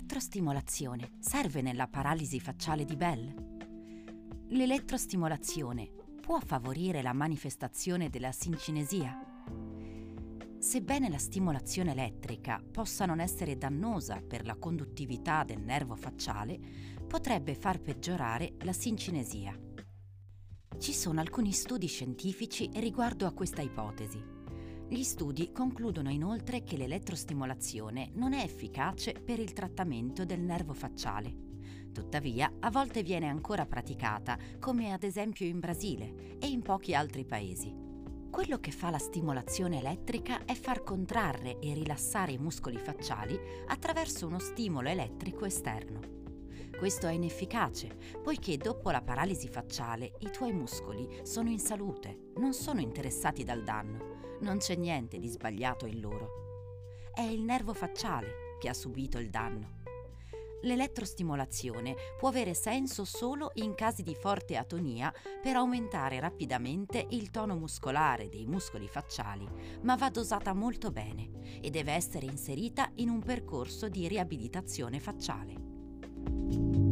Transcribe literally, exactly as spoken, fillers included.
L'elettrostimolazione serve nella paralisi facciale di Bell? L'elettrostimolazione può favorire la manifestazione della sincinesia? Sebbene la stimolazione elettrica possa non essere dannosa per la conduttività del nervo facciale, potrebbe far peggiorare la sincinesia. Ci sono alcuni studi scientifici riguardo a questa ipotesi. Gli studi concludono inoltre che l'elettrostimolazione non è efficace per il trattamento del nervo facciale. Tuttavia, a volte viene ancora praticata, come ad esempio in Brasile e in pochi altri paesi. Quello che fa la stimolazione elettrica è far contrarre e rilassare i muscoli facciali attraverso uno stimolo elettrico esterno. Questo è inefficace, poiché dopo la paralisi facciale i tuoi muscoli sono in salute, non sono interessati dal danno, non c'è niente di sbagliato in loro. È il nervo facciale che ha subito il danno. L'elettrostimolazione può avere senso solo in casi di forte atonia per aumentare rapidamente il tono muscolare dei muscoli facciali, ma va dosata molto bene e deve essere inserita in un percorso di riabilitazione facciale.